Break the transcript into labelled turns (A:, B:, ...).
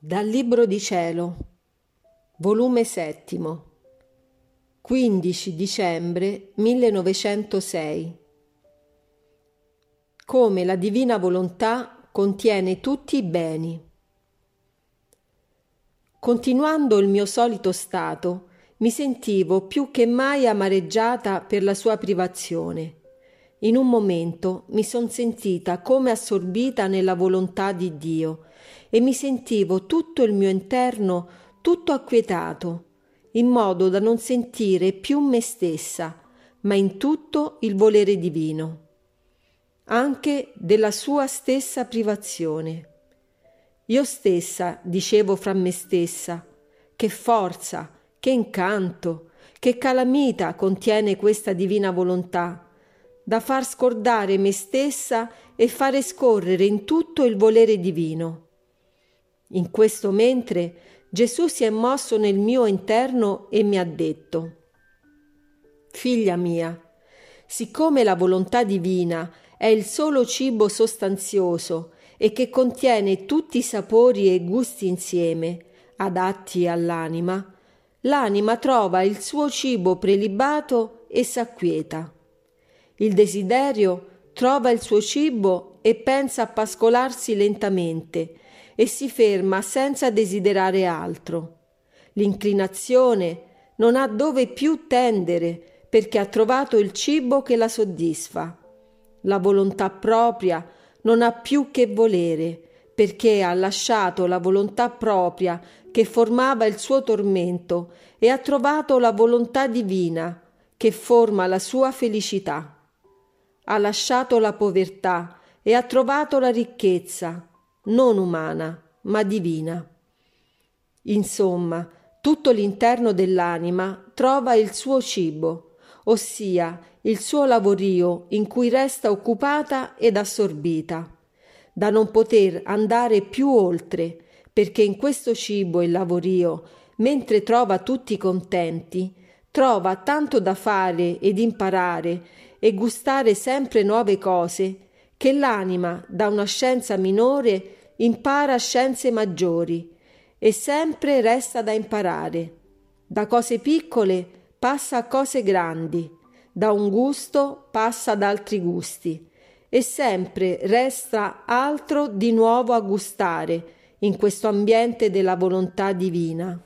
A: Dal Libro di Cielo, volume 7, 15 dicembre 1906. Come la divina volontà contiene tutti i beni. Continuando il mio solito stato, mi sentivo più che mai amareggiata per la sua privazione. In un momento mi son sentita come assorbita nella volontà di Dio e mi sentivo tutto il mio interno tutto acquietato, in modo da non sentire più me stessa, ma in tutto il volere divino, anche della sua stessa privazione. Io stessa dicevo fra me stessa: che forza, che incanto, che calamita contiene questa divina volontà, da far scordare me stessa e fare scorrere in tutto il volere divino. In questo mentre Gesù si è mosso nel mio interno e mi ha detto: figlia mia, siccome la volontà divina è il solo cibo sostanzioso e che contiene tutti i sapori e gusti insieme, adatti all'anima, l'anima trova il suo cibo prelibato e s'acquieta. Il desiderio trova il suo cibo e pensa a pascolarsi lentamente e si ferma senza desiderare altro. L'inclinazione non ha dove più tendere perché ha trovato il cibo che la soddisfa. La volontà propria non ha più che volere perché ha lasciato la volontà propria che formava il suo tormento e ha trovato la volontà divina che forma la sua felicità. Ha lasciato la povertà e ha trovato la ricchezza, non umana, ma divina. Insomma, tutto l'interno dell'anima trova il suo cibo, ossia il suo lavorio in cui resta occupata ed assorbita, da non poter andare più oltre, perché in questo cibo e lavorio, mentre trova tutti contenti, trova tanto da fare ed imparare e gustare sempre nuove cose, che l'anima da una scienza minore impara scienze maggiori e sempre resta da imparare. Da cose piccole passa a cose grandi, da un gusto passa ad altri gusti e sempre resta altro di nuovo a gustare in questo ambiente della volontà divina.